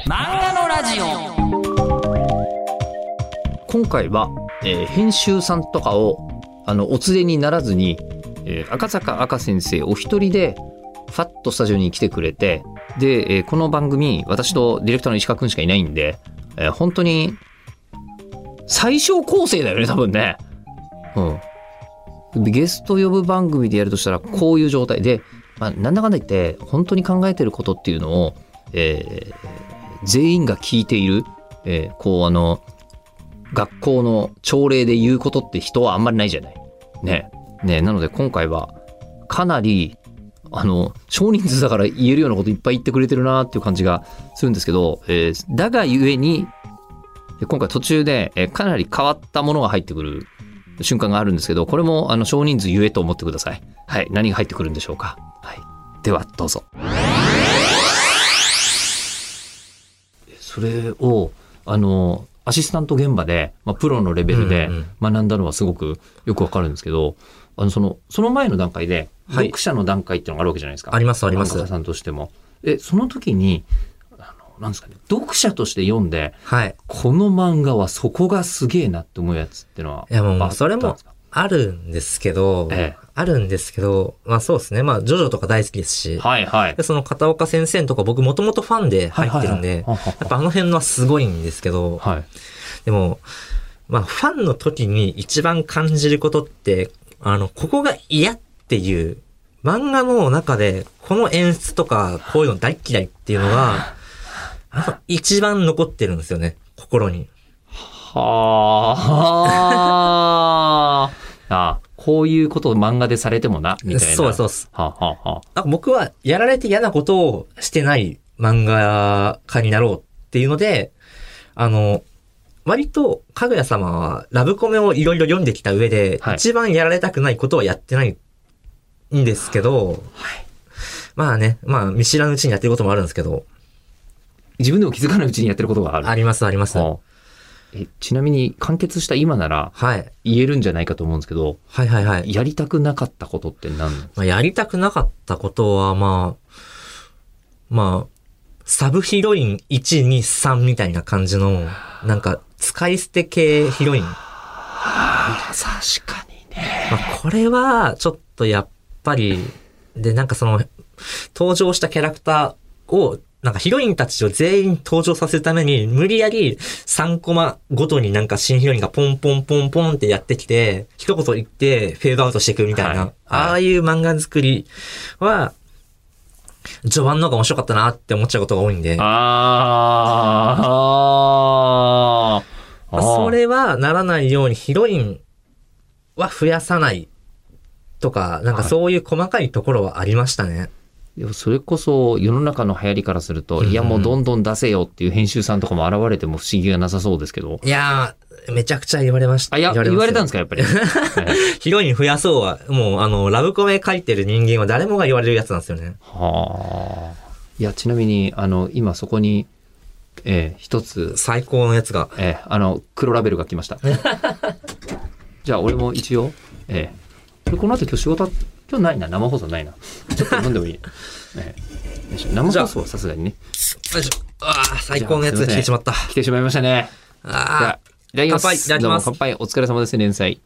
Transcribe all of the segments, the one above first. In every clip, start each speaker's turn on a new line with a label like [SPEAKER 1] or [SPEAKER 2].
[SPEAKER 1] 漫画のラジオ。
[SPEAKER 2] 今回は、編集さんとかをお連れにならずに、赤坂赤先生お一人でファッとスタジオに来てくれて、で、この番組私とディレクターの石川くんしかいないんで、本当に最小構成だよね多分ね。ゲスト呼ぶ番組でやるとしたらこういう状態で、なんだかんだ言って本当に考えてることっていうのを、全員が聞いている、学校の朝礼で言うことって人はあんまりないじゃないね。なので今回はかなり少人数だから言えるようなこといっぱい言ってくれてるなっていう感じがするんですけど、だがゆえに今回途中でかなり変わったものが入ってくる瞬間があるんですけど、これも少人数ゆえと思ってください。はい、何が入ってくるんでしょうか。はい、ではどうぞ。それをアシスタント現場で、プロのレベルで学んだのはすごくよくわかるんですけど、その前の段階で、読者の段階っていうのがあるわけじゃないですか。
[SPEAKER 3] ありますあります。
[SPEAKER 2] 漫画家さんとしても。その時になんですかね、読者として読んで、この漫画はそこがすげえなって思うやつっていうのは、
[SPEAKER 3] いやもうそれもあるんですけど、そうですね。ジョジョとか大好きですし、でその片岡先生とか僕もともとファンで入ってるんで、やっぱあの辺のはすごいんですけど、でも、ファンの時に一番感じることって、ここが嫌っていう、漫画の中でこの演出とかこういうの大嫌いっていうのが、一番残ってるんですよね、心に。
[SPEAKER 2] こういうことを漫画でされてもな、みたいな。
[SPEAKER 3] そうです。僕はやられて嫌なことをしてない漫画家になろうっていうので、割と、かぐや様はラブコメをいろいろ読んできた上で、一番やられたくないことはやってないんですけど、見知らぬうちにやってることもあるんですけど、
[SPEAKER 2] 自分でも気づかないうちにやってることがある。
[SPEAKER 3] あります。
[SPEAKER 2] ちなみに完結した今なら言えるんじゃないかと思うんですけど、やりたくなかったことって何なんですか？
[SPEAKER 3] やりたくなかったことはサブヒロイン1、2、3みたいな感じのなんか使い捨て系ヒロイン。
[SPEAKER 2] 確かにね。
[SPEAKER 3] これはちょっとやっぱりでなんかその登場したキャラクターをなんかヒロインたちを全員登場させるために無理やり3コマごとになんか新ヒロインがポンポンポンポンってやってきて一言言ってフェードアウトしていくみたいな、ああいう漫画作りは序盤の方が面白かったなって思っちゃうことが多いんで、それはならないようにヒロインは増やさないとか、なんかそういう細かいところはありましたね。
[SPEAKER 2] それこそ世の中の流行りからすると、いやもうどんどん出せよっていう編集さんとかも現れても不思議がなさそうですけど。
[SPEAKER 3] いやー、めちゃくちゃ言われました。
[SPEAKER 2] 言われたんですかやっぱり。
[SPEAKER 3] ヒロイン増やそうは、もうラブコメ書いてる人間は誰もが言われるやつなんですよね。
[SPEAKER 2] いや、ちなみに、今そこに、一つ。
[SPEAKER 3] 最高のやつが。
[SPEAKER 2] 黒ラベルが来ました。じゃあ俺も一応、この後今日仕事、今日ないな、生放送ないな。ちょっと飲んでもいい。生放送はさすがにね。
[SPEAKER 3] 最高のやつが来てしまった。
[SPEAKER 2] 来てしまいましたね。じゃあ、いただきます。
[SPEAKER 3] 乾杯、いただきます。
[SPEAKER 2] 乾杯、お疲れ様です、連載。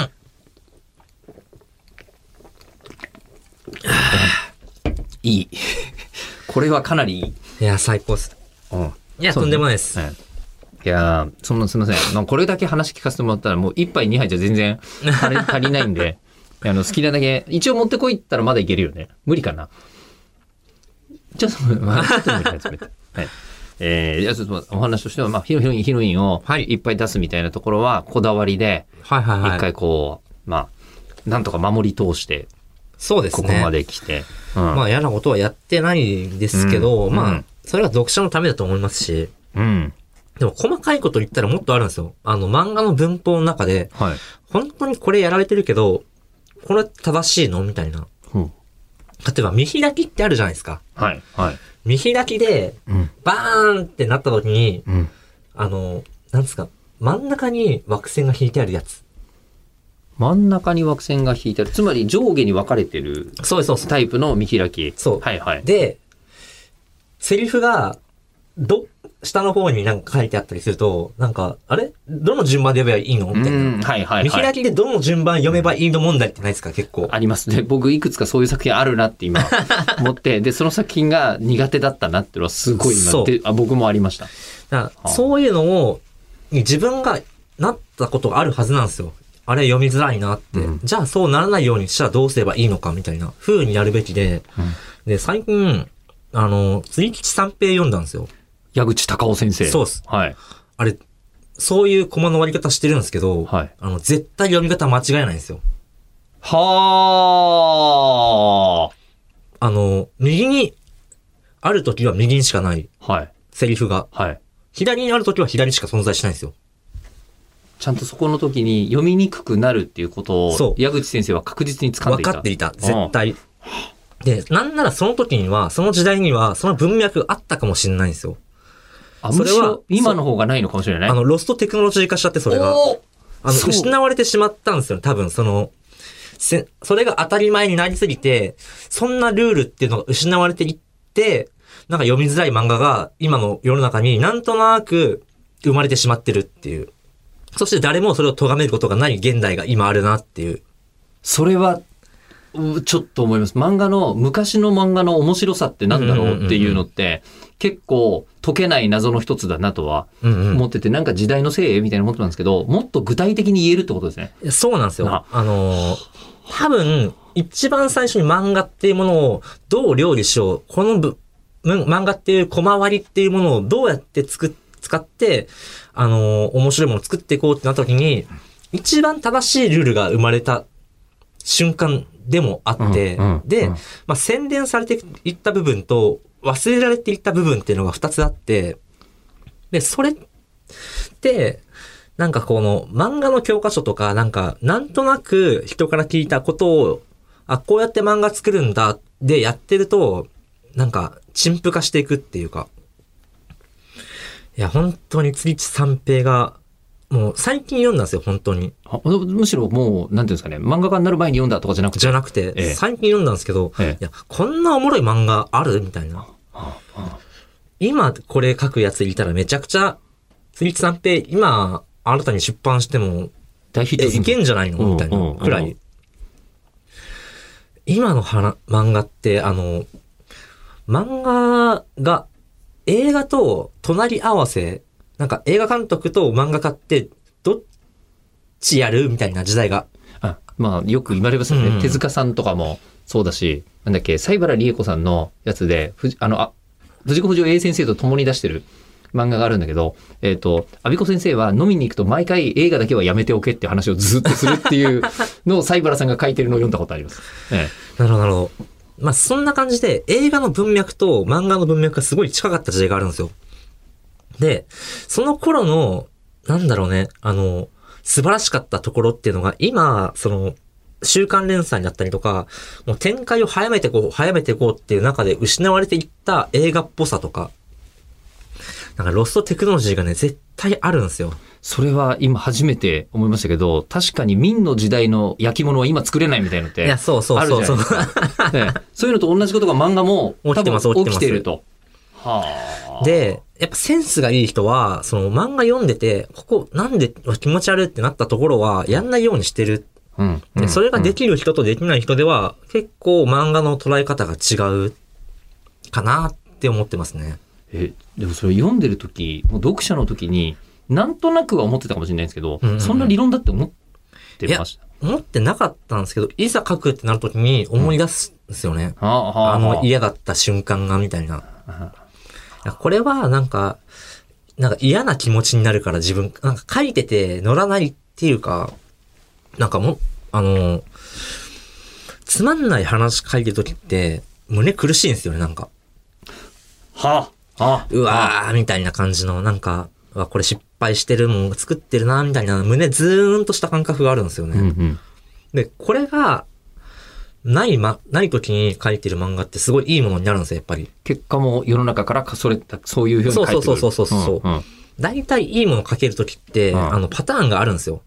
[SPEAKER 2] いい。これはかなりいい。
[SPEAKER 3] いや、最高っす。いや、とんでもないです。
[SPEAKER 2] いやすみません。これだけ話聞かせてもらったらもう1杯2杯じゃ全然足りないんで、好きなだけ、一応持ってこいったらまだいけるよね。無理かな。ちょっと無理ですね。いやちょっとお話としては、ヒロインをいっぱい出すみたいなところはこだわりで、一回こう、なんとか守り通して、
[SPEAKER 3] そうですね。
[SPEAKER 2] ここまで来て。
[SPEAKER 3] 嫌なことはやってないんですけど、それは読者のためだと思いますし、でも細かいこと言ったらもっとあるんですよ。漫画の文法の中で、本当にこれやられてるけど、これ正しいのみたいな。例えば見開きってあるじゃないですか。見開きで、バーンってなった時に、なんですか、真ん中に枠線が引いてあるやつ。
[SPEAKER 2] 真ん中に枠線が引いてある。つまり上下に分かれてるタイプの見開き。
[SPEAKER 3] そう。で、セリフが、 下の方になんか書いてあったりすると、なんか、あれどの順番で読めばいいのみたいな。
[SPEAKER 2] はいはいはい。
[SPEAKER 3] 見開きでどの順番読めばいいの問題ってないですか結構。
[SPEAKER 2] ありますね。僕いくつかそういう作品あるなって今思って、で、その作品が苦手だったなっていうのはすごい今で、僕もありました。
[SPEAKER 3] だからそういうのを、自分がなったことがあるはずなんですよ。あれ読みづらいなって。じゃあそうならないようにしたらどうすればいいのかみたいな風になるべきで。で、最近、釣吉三平読んだんですよ。
[SPEAKER 2] 矢口隆夫先生。
[SPEAKER 3] そうです。
[SPEAKER 2] はい。
[SPEAKER 3] あれ、そういうコマの割り方してるんですけど、はい。絶対読み方間違いないんですよ。
[SPEAKER 2] は
[SPEAKER 3] ー。右にあるときは右にしかない。はい。セリフが。はい。左にあるときは左しか存在しないんですよ。
[SPEAKER 2] ちゃんとそこの時に読みにくくなるっていうことを、矢口先生は確実に掴んでいた。
[SPEAKER 3] 分かっていた。絶対。で、なんならその時には、その時代には、その文脈あったかもしれないんですよ。
[SPEAKER 2] それは、今の方がないのかもしれない。
[SPEAKER 3] ロストテクノロジー化しちゃって、それが。失われてしまったんですよね。多分、それが当たり前になりすぎて、そんなルールっていうのが失われていって、なんか読みづらい漫画が、今の世の中になんとなく生まれてしまってるっていう。そして誰もそれを咎めることがない現代が今あるなっていう。
[SPEAKER 2] それは、ちょっと思います。昔の漫画の面白さってなんだろうっていうのって、結構解けない謎の一つだなとは思ってて、なんか時代のせいみたいな思ってたんですけど、もっと具体的に言えるってことですね。
[SPEAKER 3] そうなんですよ。多分、一番最初に漫画っていうものをどう料理しよう、この漫画っていう小回りっていうものをどうやって使って、面白いものを作っていこうってなった時に、一番正しいルールが生まれた瞬間でもあって、で、洗練されていった部分と忘れられていった部分っていうのが2つあって、で、それって、なんかこの漫画の教科書とか、なんとなく人から聞いたことを、こうやって漫画作るんだでやってると、なんか陳腐化していくっていうか、いや、本当に釣吉三平が、もう最近読んだんですよ、本当に。
[SPEAKER 2] むしろもう、なんていうんですかね、漫画家になる前に読んだとかじゃなく
[SPEAKER 3] て、最近読んだんですけど、いや、こんなおもろい漫画あるみたいな。今これ書くやついたらめちゃくちゃ、釣吉三平、今、新たに出版しても、
[SPEAKER 2] 大ヒット
[SPEAKER 3] いけんじゃないのみたいなくらい。今の漫画って、漫画が映画と隣り合わせ、なんか映画監督と漫画家ってどっちやるみたいな時代が。
[SPEAKER 2] よく言われますよね。手塚さんとかもそうだし、なんだっけ、西原理恵子さんのやつで、藤子不二雄 A 先生と共に出してる漫画があるんだけど、阿比子先生は飲みに行くと毎回映画だけはやめておけって話をずっとするっていうのを西原さんが書いてるのを読んだことあります。
[SPEAKER 3] なるほど、なるほど。そんな感じで映画の文脈と漫画の文脈がすごい近かった時代があるんですよ。で、その頃の、なんだろうね、素晴らしかったところっていうのが、今、週刊連載だったりとか、もう展開を早めていこうっていう中で失われていった映画っぽさとか、なんかロストテクノロジーがね、絶対あるんですよ。
[SPEAKER 2] それは今初めて思いましたけど、確かに明の時代の焼き物は今作れないみたいなのって、あるじゃないですか。そういうのと同じことが漫画も多分起きてると。
[SPEAKER 3] で、やっぱセンスがいい人は、漫画読んでて、ここなんで気持ち悪いってなったところはやんないようにしてる。でそれができる人とできない人では、結構漫画の捉え方が違うかなって思ってますね。
[SPEAKER 2] でもそれ読んでる時、もう読者の時に、なんとなくは思ってたかもしれないんですけど、そんな理論だって思ってました？
[SPEAKER 3] 思ってなかったんですけど、いざ書くってなる時に思い出すんですよね。嫌だった瞬間がみたいな。これはなんか嫌な気持ちになるから自分、なんか書いてて乗らないっていうか、なんかつまんない話書いてる時って胸苦しいんですよね、なんか。うわーみたいな感じの、なんか、これ失敗してるもん作ってるな、みたいな胸ズーンとした感覚があるんですよね。で、これが、ない時に書いてる漫画ってすごいいいものになるんですよ、やっぱり。
[SPEAKER 2] 結果も世の中からそういう風に書いてくる。
[SPEAKER 3] そう。大体いいもの書ける時って、パターンがあるんですよ。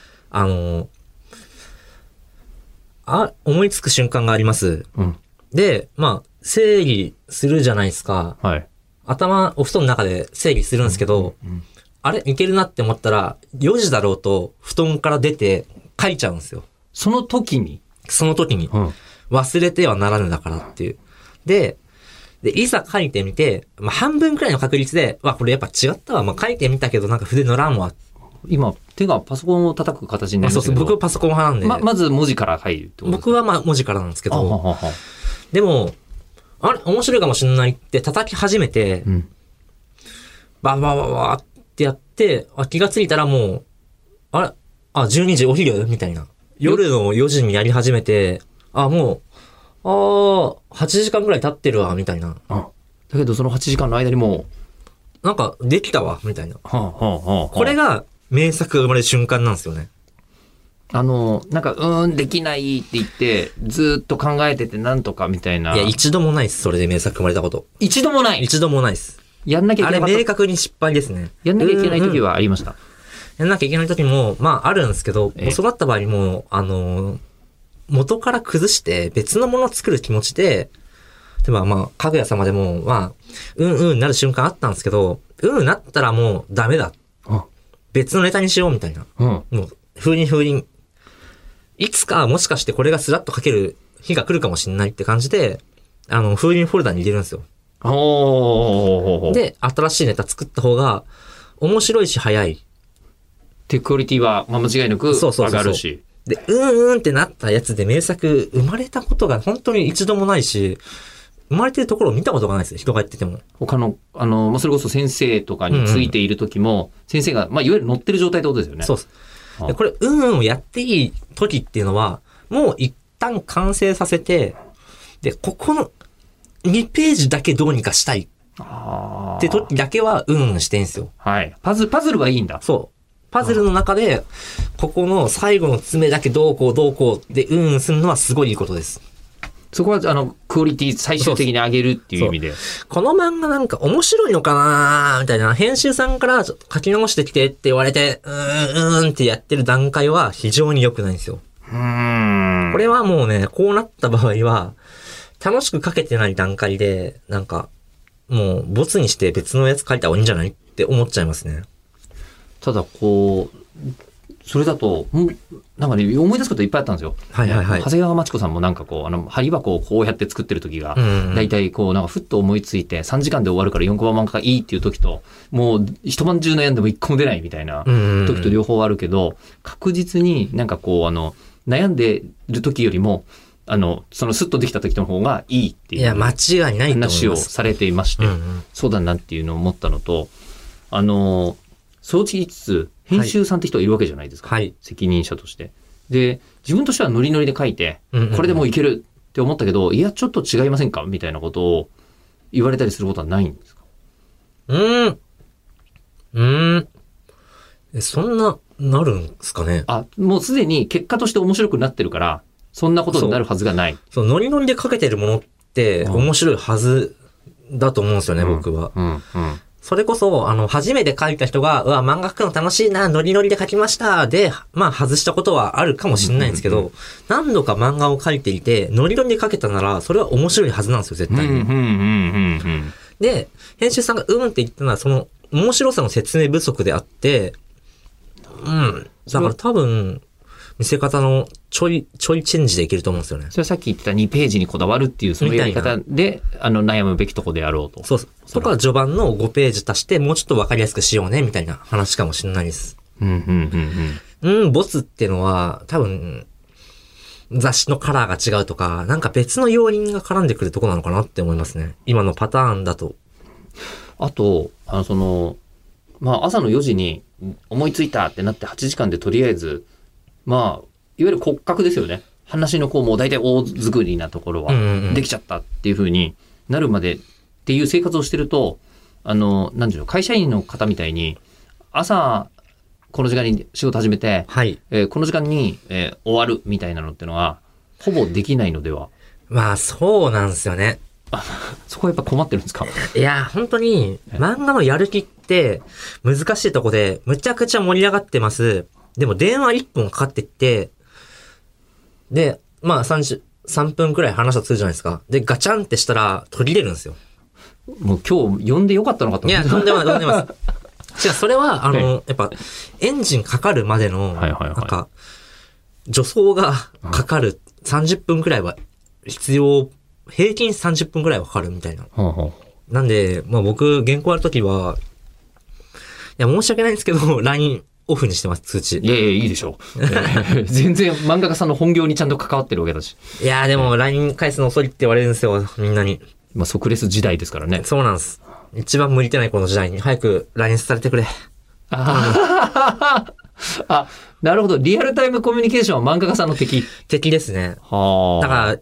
[SPEAKER 3] 思いつく瞬間があります。で、整理するじゃないですか。 頭、お布団の中で整理するんですけど、あれいけるなって思ったら、4時だろうと布団から出て書いちゃうんですよ。
[SPEAKER 2] その時に、
[SPEAKER 3] 忘れてはならぬだからっていう。で、いざ書いてみて、半分くらいの確率で、これやっぱ違ったわ。書いてみたけどなんか筆乗らんわ。
[SPEAKER 2] 今、手がパソコンを叩く形になりましたけど。
[SPEAKER 3] そう、僕パソコン派なんで。
[SPEAKER 2] まず文字から入るってことですか？
[SPEAKER 3] 僕は文字からなんですけど。でも、あれ面白いかもしれないって叩き始めて、バーってやって、気がついたらもう、12時お昼みたいな。夜の4時にやり始めて、もう、8時間ぐらい経ってるわ、みたいな。
[SPEAKER 2] だけどその8時間の間にも
[SPEAKER 3] なんかできたわ、みたいな。これが名作が生まれる瞬間なんですよね。
[SPEAKER 2] なんか、できないって言って、ずっと考えててなんとかみたいな。
[SPEAKER 3] いや、一度もないです。それで名作生まれたこと。
[SPEAKER 2] 一度もない
[SPEAKER 3] 一度もないです。
[SPEAKER 2] やんなきゃいけない。
[SPEAKER 3] あれ明確に失敗ですね。
[SPEAKER 2] やんなきゃいけない時はありました。
[SPEAKER 3] やんなきゃいけない時も、あるんですけど、そうなった場合にも、元から崩して別のものを作る気持ちで、例えばかぐや様でも、なる瞬間あったんですけど、なったらもうダメだ。別のネタにしようみたいな。もう、風に。いつかもしかしてこれがスラッと書ける日が来るかもしれないって感じで、風鈴フォルダに入れるんですよ。で、新しいネタ作った方が、面白いし早い。
[SPEAKER 2] で、クオリティは間違いなく上がるし。
[SPEAKER 3] で、ってなったやつで名作生まれたことが本当に一度もないし、生まれてるところを見たことがないですよ。人が言ってても。
[SPEAKER 2] 他の、それこそ先生とかについている時も、先生が、いわゆる乗ってる状態ってことですよね。
[SPEAKER 3] そうです。でこれ、をやっていい時っていうのは、もう一旦完成させて、で、ここの2ページだけどうにかしたい。って時だけは、してんすよ。
[SPEAKER 2] はい。パズルはいいんだ。
[SPEAKER 3] そう。パズルの中で、ここの最後の爪だけどうこうで、するのはすごいいいことです。
[SPEAKER 2] そこは、クオリティ最終的に上げるっていう意味で。
[SPEAKER 3] この漫画なんか面白いのかなみたいな、編集さんから書き直してきてって言われて、ってやってる段階は非常に良くないんですよ。これはもうね、こうなった場合は、楽しく書けてない段階で、なんか、もう、ボツにして別のやつ書いた方がいいんじゃないって思っちゃいますね。
[SPEAKER 2] ただ、それだと、なんかね、思い出すこといっぱいあったんですよ。
[SPEAKER 3] はい。
[SPEAKER 2] 長谷川町子さんもなんか針箱をこうやって作ってる時が、だいたいなんかふっと思いついて3時間で終わるから4コマ漫画がいいっていう時と、もう一晩中悩んでも1個も出ないみたいな時と両方あるけど、確実になんか悩んでる時よりも、そのスッとできた時の方がいいっていう。
[SPEAKER 3] いや、間違いないと思います。
[SPEAKER 2] 話をされていまして、そうだなっていうのを思ったのと、そう言いつつ、編集さんって人がいるわけじゃないですか。
[SPEAKER 3] はい。
[SPEAKER 2] 責任者として。で、自分としてはノリノリで書いて、これでもういけるって思ったけど、いや、ちょっと違いませんかみたいなことを言われたりすることはないんですか？
[SPEAKER 3] そんな、なるんですかね。
[SPEAKER 2] もうすでに結果として面白くなってるから、そんなことになるはずがない。
[SPEAKER 3] そう、ノリノリで書けてるものって面白いはずだと思うんですよね、僕は。それこそ、初めて書いた人が、漫画描くの楽しいな、ノリノリで書きました。で、外したことはあるかもしれないんですけど、何度か漫画を描いていて、ノリノリで書けたなら、それは面白いはずなんですよ、絶対に。で、編集さんがって言ったのは、その、面白さの説明不足であって、だから多分、見せ方のちょいチェンジでいけると思うんですよね。
[SPEAKER 2] それはさっき言ってた2ページにこだわるっていう、そのやり方で、悩むべきとこであろうと。
[SPEAKER 3] そう。そこは序盤の5ページ足して、もうちょっとわかりやすくしようね、みたいな話かもしれないです。ボツっていうのは、多分、雑誌のカラーが違うとか、なんか別の要因が絡んでくるとこなのかなって思いますね。今のパターンだと。
[SPEAKER 2] あと、朝の4時に思いついたってなって8時間でとりあえず、いわゆる骨格ですよね。話のもう大体大作りなところはできちゃったっていう風になるまでっていう生活をしてると、なんていうの、会社員の方みたいに、朝、この時間に仕事始めて、この時間に、終わるみたいなのってのは、ほぼできないのでは。
[SPEAKER 3] そうなんですよね。
[SPEAKER 2] そこはやっぱ困ってるんですか？
[SPEAKER 3] いや、本当に、漫画のやる気って難しいとこで、むちゃくちゃ盛り上がってます。でも電話1本かかってきて、で、3分くらい話したとするじゃないですか。で、ガチャンってしたら途切れるんですよ。
[SPEAKER 2] もう今日呼んでよかったのかと思って。
[SPEAKER 3] いや、とんでもない、とんでもない。違う、それは、やっぱ、エンジンかかるまでの、なんか、助走がかかる30分くらいは必要、平均30分くらいはかかるみたいな。なんで、まあ僕、原稿あるときは、いや、申し訳ないんですけど、LINE オフにしてます、通知。
[SPEAKER 2] いやいや、いいでしょう。全然漫画家さんの本業にちゃんと関わってるわけだし。
[SPEAKER 3] いやでも LINE 返すの遅いって言われるんですよ、みんなに。
[SPEAKER 2] まあ即レス時代ですからね。
[SPEAKER 3] そうなんです。一番向いてないこの時代に、早く LINE されてくれ。
[SPEAKER 2] あ、なるほど。リアルタイムコミュニケーションは漫画家さんの敵。
[SPEAKER 3] 敵ですね。はあ。だから、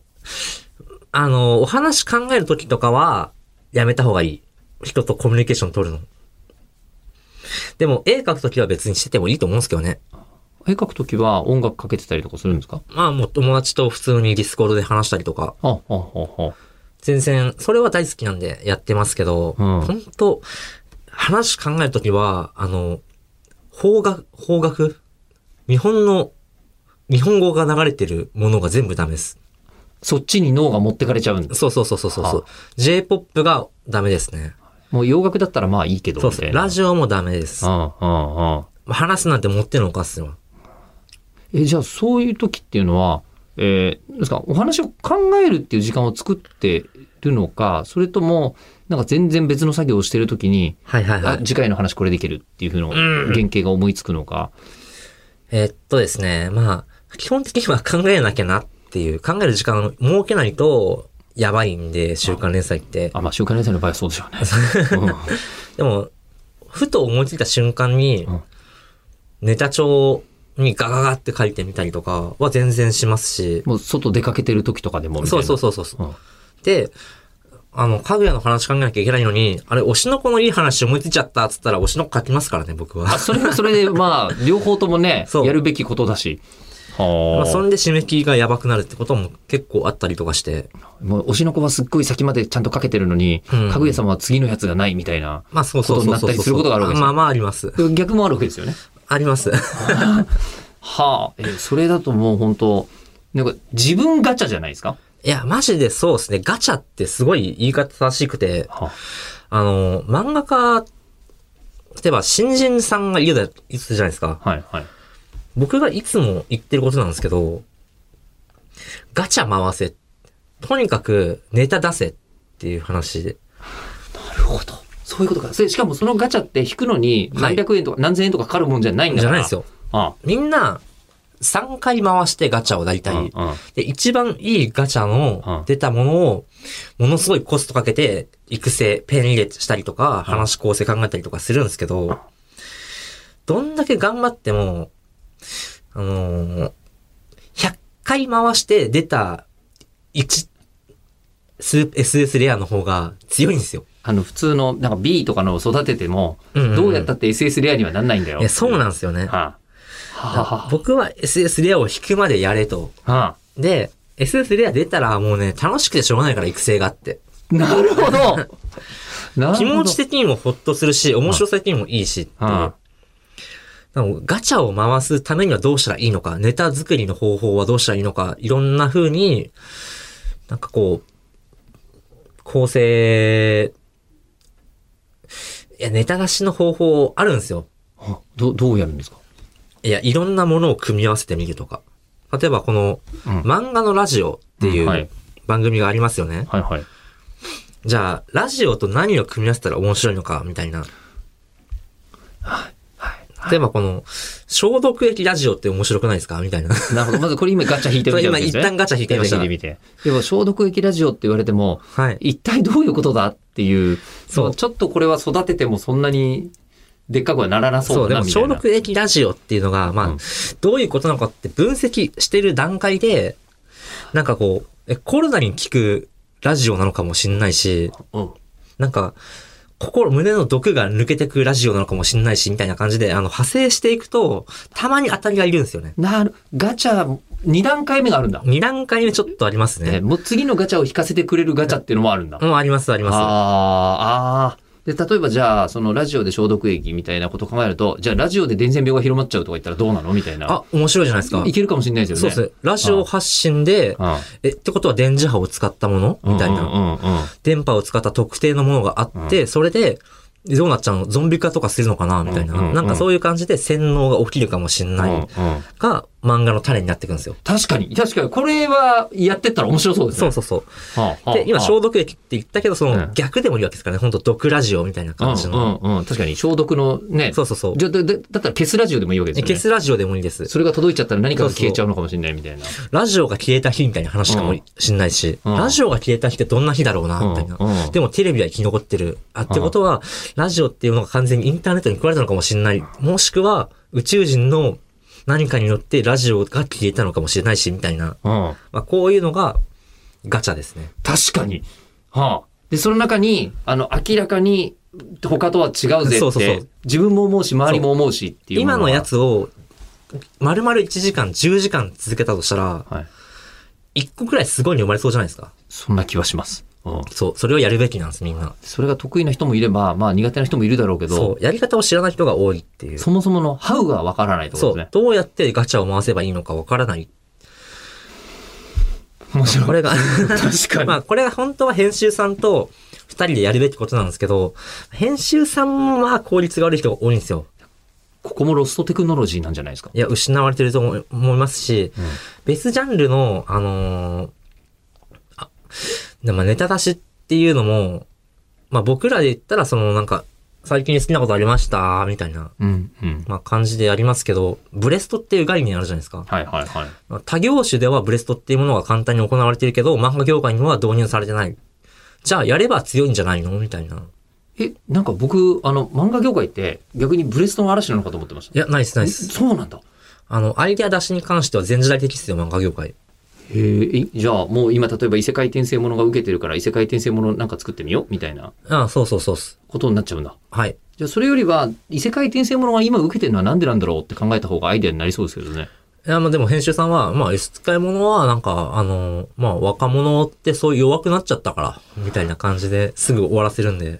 [SPEAKER 3] お話考えるときとかは、やめた方がいい。人とコミュニケーション取るの。でも、絵描くときは別にしててもいいと思うんですけどね。
[SPEAKER 2] 絵描くときは音楽かけてたりとかするんですか？
[SPEAKER 3] まあ、もう友達と普通にディスコードで話したりとか。全然、それは大好きなんでやってますけど、本当話考えるときは、邦楽日本語が流れてるものが全部ダメです。
[SPEAKER 2] そっちに脳が持ってかれちゃうんだ。
[SPEAKER 3] そう。J-POP がダメですね。
[SPEAKER 2] もう洋楽だったらまあいいけど。
[SPEAKER 3] そう。ラジオもダメです。話すなんて持ってんのかっすよ。
[SPEAKER 2] じゃあそういう時っていうのは、ですか、お話を考えるっていう時間を作ってるのか、それとも、なんか全然別の作業をしてる時に、次回の話これできるっていう風の原型が思いつくのか。
[SPEAKER 3] ですね、まあ、基本的には考えなきゃなっていう、考える時間を設けないと、やばいんで、週刊連載って。
[SPEAKER 2] まあ週刊連載の場合はそうでしょうね。
[SPEAKER 3] でも、ふと思いついた瞬間に、ネタ帳にガガガって書いてみたりとかは全然しますし。
[SPEAKER 2] もう外出かけてる時とかでもみたいな。
[SPEAKER 3] そう。で、かぐやの話考えなきゃいけないのに、あれ、推しの子のいい話思いついちゃったっつったら推しの子書きますからね、僕は。
[SPEAKER 2] それはそれで、まあ、両方ともね、やるべきことだし。
[SPEAKER 3] まあ、そんで締め切りがやばくなるってことも結構あったりとかして。
[SPEAKER 2] もう推しの子はすっごい先までちゃんとかけてるのに、かぐや様は次のやつがないみたいなことになったりすることがあるわけですよ。
[SPEAKER 3] まああります。
[SPEAKER 2] 逆もあるわけですよね。
[SPEAKER 3] あります。
[SPEAKER 2] それだともう本当なんか自分ガチャじゃないですか？
[SPEAKER 3] いや、マジでそうですね。ガチャってすごい言い方正しくて、漫画家、例えば新人さんがいるじゃないですか。僕がいつも言ってることなんですけど、ガチャ回せ。とにかくネタ出せっていう話で。
[SPEAKER 2] なるほど。そういうことか。しかもそのガチャって引くのに何百円とか何千円とかかかるもんじゃないんだから。
[SPEAKER 3] じゃないですよ。みんな3回回してガチャを大体。で、一番いいガチャの出たものをものすごいコストかけて育成、ペン入れしたりとか、話構成考えたりとかするんですけど、どんだけ頑張っても、100回回して出たSS レアの方が強いんですよ。
[SPEAKER 2] 普通のなんか B とかのを育てても、どうやったって SS レアにはなんないんだよ。
[SPEAKER 3] いや、そうなんですよね。僕は SS レアを引くまでやれと。で、SS レア出たらもうね、楽しくてしょうがないから育成があって。
[SPEAKER 2] なるほど
[SPEAKER 3] 気持ち的にもほっとするし、面白さ的にもいいしっていう。ガチャを回すためにはどうしたらいいのか、ネタ作りの方法はどうしたらいいのか、いろんな風に、なんかこう、構成、いや、ネタ出しの方法あるんですよ。
[SPEAKER 2] どうやるんですか？
[SPEAKER 3] いや、いろんなものを組み合わせてみるとか。例えばこの、漫画のラジオっていう番組がありますよね。じゃあ、ラジオと何を組み合わせたら面白いのか、みたいな。例えばこの、消毒液ラジオって面白くないですかみたいな。
[SPEAKER 2] なるほど。まずこれ今ガチャ引いてみて、
[SPEAKER 3] 今一旦ガチャ引いてみました。
[SPEAKER 2] でも消毒液ラジオって言われても、一体どういうことだっていう、ちょっとこれは育ててもそんなにでっかくはならなそうだなみたいな。
[SPEAKER 3] でも消毒液ラジオっていうのが、まあ、どういうことなのかって分析してる段階で、なんかこう、コロナに効くラジオなのかもしれないし、なんか、胸の毒が抜けてくラジオなのかもしれないし、みたいな感じで、派生していくと、たまに当たりがいるんですよね。
[SPEAKER 2] ガチャ、2段階目があるんだ。
[SPEAKER 3] 2段階目ちょっとありますね。
[SPEAKER 2] もう次のガチャを引かせてくれるガチャっていうのもあるんだ。
[SPEAKER 3] あります。
[SPEAKER 2] で例えばじゃあそのラジオで消毒液みたいなことを考えると、じゃあラジオで伝染病が広まっちゃうとか言ったらどうなのみたいな。
[SPEAKER 3] あ、面白いじゃないですか。
[SPEAKER 2] いけるかもしれないですよね。
[SPEAKER 3] そうです。ラジオ発信で、ってことは電磁波を使ったものみたいな、電波を使った特定のものがあって、それでどうなっちゃうの？ゾンビ化とかするのかなみたいな、なんかそういう感じで洗脳が起きるかもしれないが漫画の種になっていくんですよ。
[SPEAKER 2] 確かにこれはやってったら面白そうですね。
[SPEAKER 3] そう、で今消毒液って言ったけど、その逆でもいいわけですからね。本当毒ラジオみたいな感じの、
[SPEAKER 2] 確かに消毒のね。
[SPEAKER 3] そう
[SPEAKER 2] だったら消すラジオでもいいわけですよね。
[SPEAKER 3] 消すラジオでもいいです。
[SPEAKER 2] それが届いちゃったら何かが消えちゃうのかもしれないみたいな。
[SPEAKER 3] ラジオが消えた日みたいな話かもしれないし、ラジオが消えた日ってどんな日だろうなみたいな、でもテレビは生き残ってる。ってことはラジオっていうのが完全にインターネットに食われたのかもしれない。もしくは宇宙人の何かによってラジオが消えたのかもしれないし、みたいな。こういうのがガチャですね。
[SPEAKER 2] 確かに。で、その中に、明らかに他とは違うぜって、自分も思うし、周りも思うしっていう。
[SPEAKER 3] 今のやつを、丸々1時間、10時間続けたとしたら、1個くらいすごいに生まれそうじゃないですか。
[SPEAKER 2] そんな気はします。
[SPEAKER 3] それをやるべきなんです、みんな。
[SPEAKER 2] それが得意な人もいれば、苦手な人もいるだろうけど。
[SPEAKER 3] やり方を知らない人が多いっていう。
[SPEAKER 2] そもそものハウがわからないってことですね。
[SPEAKER 3] どうやってガチャを回せばいいのかわからない。
[SPEAKER 2] 面白い。
[SPEAKER 3] これが、
[SPEAKER 2] 確かに。
[SPEAKER 3] これが本当は編集さんと2人でやるべきことなんですけど、編集さんは効率が悪い人が多いんですよ。
[SPEAKER 2] ここもロストテクノロジーなんじゃないですか。
[SPEAKER 3] いや、失われてると思いますし、別ジャンルの、ネタ出しっていうのも、僕らで言ったら、最近好きなことありました、みたいな、感じでやりますけど、ブレストっていう概念あるじゃないですか。他業種ではブレストっていうものが簡単に行われているけど、漫画業界には導入されてない。じゃあ、やれば強いんじゃないのみたいな。
[SPEAKER 2] なんか僕、漫画業界って逆にブレストの嵐なのかと思ってました。
[SPEAKER 3] いや、ないです。
[SPEAKER 2] そうなんだ。
[SPEAKER 3] アイデア出しに関しては全時代的ですよ、漫画業界。
[SPEAKER 2] じゃあもう今例えば異世界転生ものが受けてるから異世界転生ものなんか作ってみようみたいな。
[SPEAKER 3] そう。
[SPEAKER 2] ことになっちゃうんだ。
[SPEAKER 3] はい。
[SPEAKER 2] じゃあそれよりは異世界転生ものが今受けてるのはなんでなんだろうって考えた方がアイデアになりそうですけどね。
[SPEAKER 3] いや、でも編集さんは、異世界ものは若者ってそう弱くなっちゃったから、みたいな感じですぐ終わらせるんで。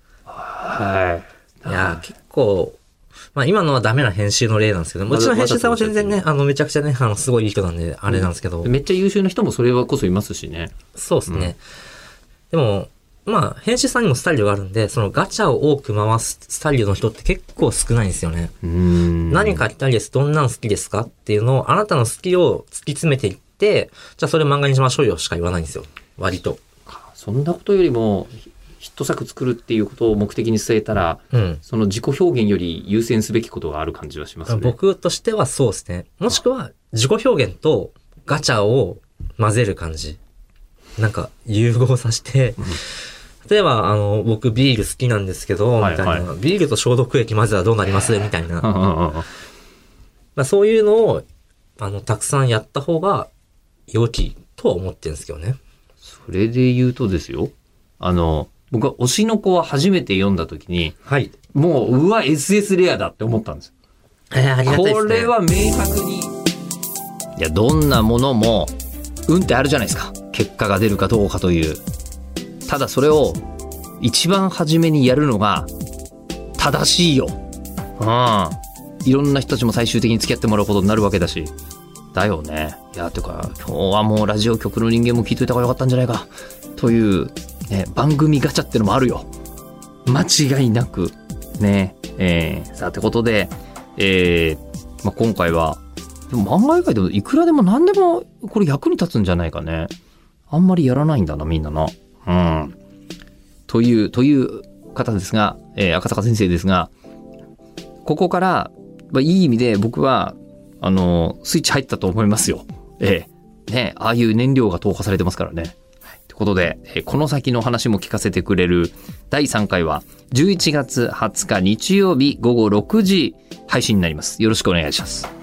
[SPEAKER 3] いや、結構、今のはダメな編集の例なんですけど、うちの編集さんは全然ね、めちゃくちゃね、すごいいい人なんで、あれなんですけど。
[SPEAKER 2] めっちゃ優秀な人もそれはこそいますしね。
[SPEAKER 3] そうですね。でも、編集さんにもスタイルがあるんで、そのガチャを多く回すスタイルの人って結構少ないんですよね。何買ったりです、どんなの好きですかっていうのを、あなたの好きを突き詰めていって、じゃあそれ漫画にしましょうよしか言わないんですよ。割と。
[SPEAKER 2] そんなことよりも、ヒット作作るっていうことを目的に据えたら、その自己表現より優先すべきことがある感じはしますね。
[SPEAKER 3] 僕としてはそうですね。もしくは自己表現とガチャを混ぜる感じ。なんか融合させて、例えば僕ビール好きなんですけど、みたいな、ビールと消毒液混ぜたらどうなりますみたいな。そういうのをたくさんやった方が良きとは思ってるんですけどね。
[SPEAKER 2] それで言うとですよ。僕は推しの子は初めて読んだ時に、もう、SS レアだって思ったんです。
[SPEAKER 3] ありがたいですね。
[SPEAKER 2] これは明確に。いや、どんなものも、運ってあるじゃないですか。結果が出るかどうかという。ただそれを、一番初めにやるのが、正しいよ。いろんな人たちも最終的に付き合ってもらうことになるわけだし。だよね。いや、てか、今日はもうラジオ局の人間も聞いといた方がよかったんじゃないか。という、番組ガチャってのもあるよ。間違いなく。ね。さあ、ってことで、今回は、でも漫画以外でもいくらでも何でもこれ役に立つんじゃないかね。あんまりやらないんだな、みんなな。という方ですが、赤坂先生ですが、ここから、いい意味で僕は、スイッチ入ったと思いますよ。ああいう燃料が投下されてますからね。ということで、この先の話も聞かせてくれる第3回は11月20日日曜日午後6時配信になります。よろしくお願いします。